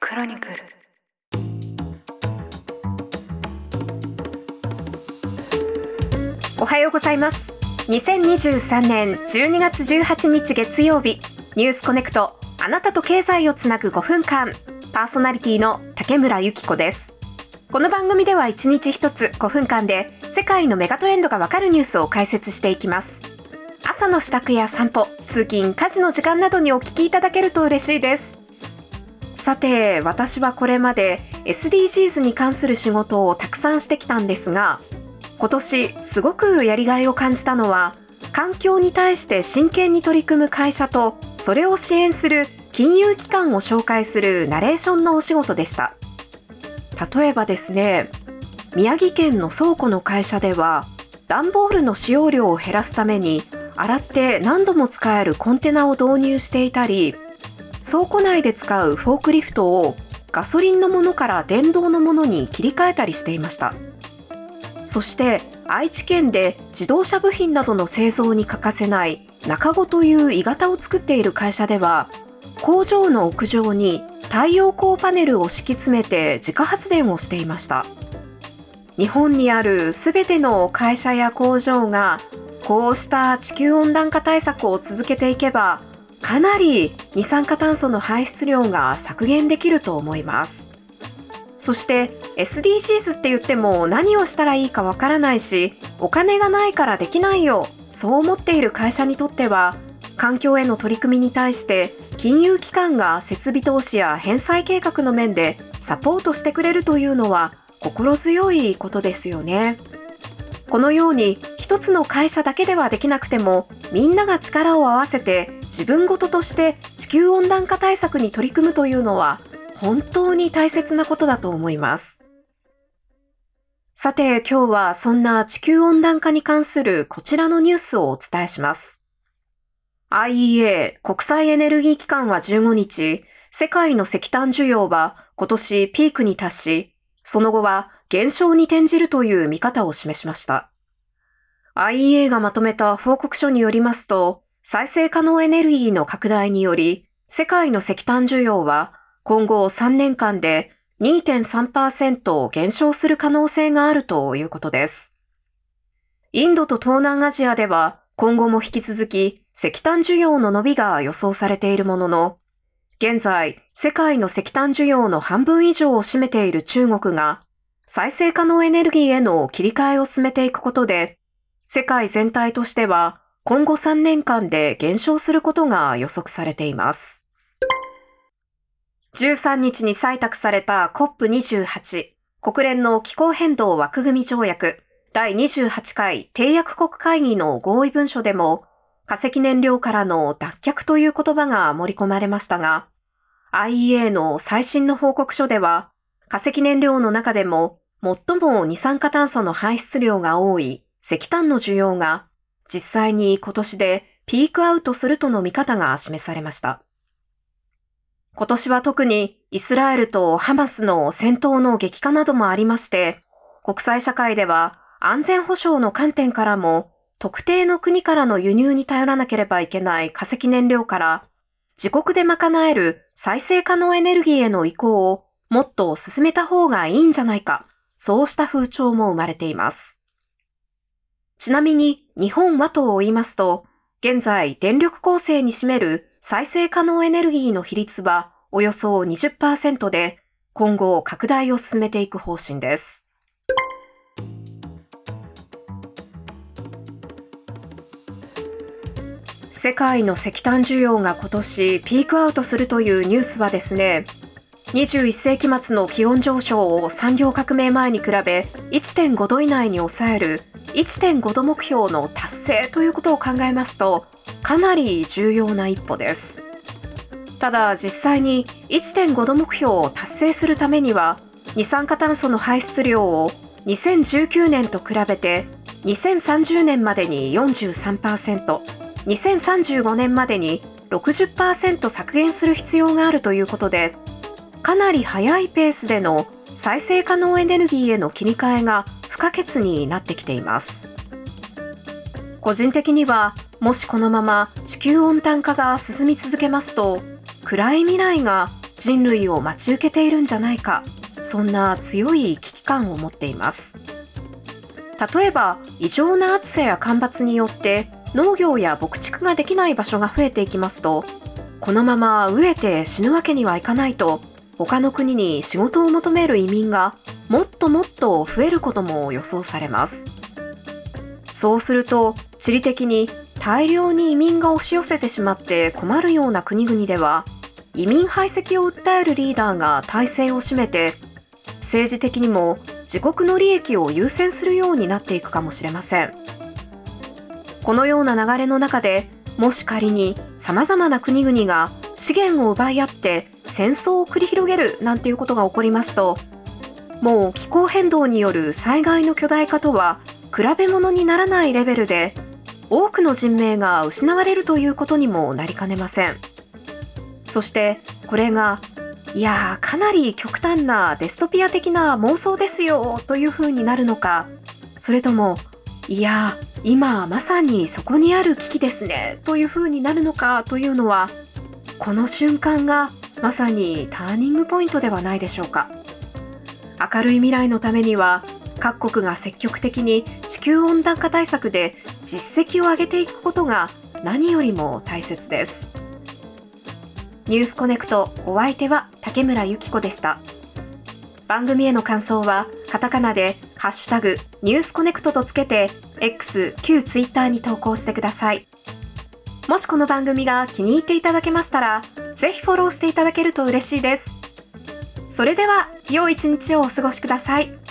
クロニクル。おはようございます。2023年12月18日月曜日、ニュースコネクト、あなたと経済をつなぐ5分間、パーソナリティの竹村由紀子です。この番組では1日1つ5分間で世界のメガトレンドがわかるニュースを解説していきます。朝の支度や散歩、通勤、家事の時間などにお聞きいただけると嬉しいです。さて、私はこれまで SDGs に関する仕事をたくさんしてきたんですが、今年すごくやりがいを感じたのは、環境に対して真剣に取り組む会社とそれを支援する金融機関を紹介するナレーションのお仕事でした。例えばですね、宮城県の倉庫の会社では、段ボールの使用量を減らすために洗って何度も使えるコンテナを導入していたり、倉庫内で使うフォークリフトをガソリンのものから電動のものに切り替えたりしていました。そして愛知県で自動車部品などの製造に欠かせない中子という鋳型を作っている会社では、工場の屋上に太陽光パネルを敷き詰めて自家発電をしていました。日本にあるすべての会社や工場がこうした地球温暖化対策を続けていけば、かなり二酸化炭素の排出量が削減できると思います。そして SDGs って言っても何をしたらいいかわからないし、お金がないからできないよ、そう思っている会社にとっては、環境への取り組みに対して金融機関が設備投資や返済計画の面でサポートしてくれるというのは心強いことですよね。このように一つの会社だけではできなくても、みんなが力を合わせて自分事として地球温暖化対策に取り組むというのは本当に大切なことだと思います。さて、今日はそんな地球温暖化に関するこちらのニュースをお伝えします。IEA 国際エネルギー機関は15日、世界の石炭需要は今年ピークに達し、その後は減少に転じるという見方を示しました。IEA がまとめた報告書によりますと、再生可能エネルギーの拡大により、世界の石炭需要は今後3年間で 2.3% 減少する可能性があるということです。インドと東南アジアでは今後も引き続き石炭需要の伸びが予想されているものの、現在世界の石炭需要の半分以上を占めている中国が再生可能エネルギーへの切り替えを進めていくことで、世界全体としては今後3年間で減少することが予測されています。13日に採択された COP28 国連の気候変動枠組条約第28回締約国会議の合意文書でも、化石燃料からの脱却という言葉が盛り込まれましたが、IEA の最新の報告書では、化石燃料の中でも最も二酸化炭素の排出量が多い石炭の需要が実際に今年でピークアウトするとの見方が示されました。今年は特にイスラエルとハマスの戦闘の激化などもありまして、国際社会では安全保障の観点からも特定の国からの輸入に頼らなければいけない化石燃料から自国で賄える再生可能エネルギーへの移行をもっと進めた方がいいんじゃないか、そうした風潮も生まれています。ちなみに日本はと言いますと、現在電力構成に占める再生可能エネルギーの比率はおよそ 20% で、今後拡大を進めていく方針です。世界の石炭需要が今年ピークアウトするというニュースはですね、21世紀末の気温上昇を産業革命前に比べ 1.5 度以内に抑える 1.5 度目標の達成ということを考えますと、かなり重要な一歩です。ただ実際に 1.5 度目標を達成するためには、二酸化炭素の排出量を2019年と比べて2030年までに 43%、2035年までに 60% 削減する必要があるということで、かなり速いペースでの再生可能エネルギーへの切り替えが不可欠になってきています。個人的には、もしこのまま地球温暖化が進み続けますと、暗い未来が人類を待ち受けているんじゃないか、そんな強い危機感を持っています。例えば異常な暑さや干ばつによって農業や牧畜ができない場所が増えていきますと、このまま飢えて死ぬわけにはいかないと、他の国に仕事を求める移民がもっともっと増えることも予想されます。そうすると地理的に大量に移民が押し寄せてしまって困るような国々では、移民排斥を訴えるリーダーが大勢を占めて、政治的にも自国の利益を優先するようになっていくかもしれません。このような流れの中で、もし仮に様々な国々が資源を奪い合って戦争を繰り広げるなんていうことが起こりますと、もう気候変動による災害の巨大化とは比べ物にならないレベルで、多くの人命が失われるということにもなりかねません。そしてこれが、いやかなり極端なデストピア的な妄想ですよというふうになるのか、それともいや今まさにそこにある危機ですねというふうになるのかというのは、この瞬間がまさにターニングポイントではないでしょうか。明るい未来のためには、各国が積極的に地球温暖化対策で実績を上げていくことが何よりも大切です。ニュースコネクト、お相手は竹村由紀子でした。番組への感想はカタカナでハッシュタグニュースコネクトとつけて X 旧ツイッターに投稿してください。もしこの番組が気に入っていただけましたら、ぜひフォローしていただけると嬉しいです。それでは良い一日をお過ごしください。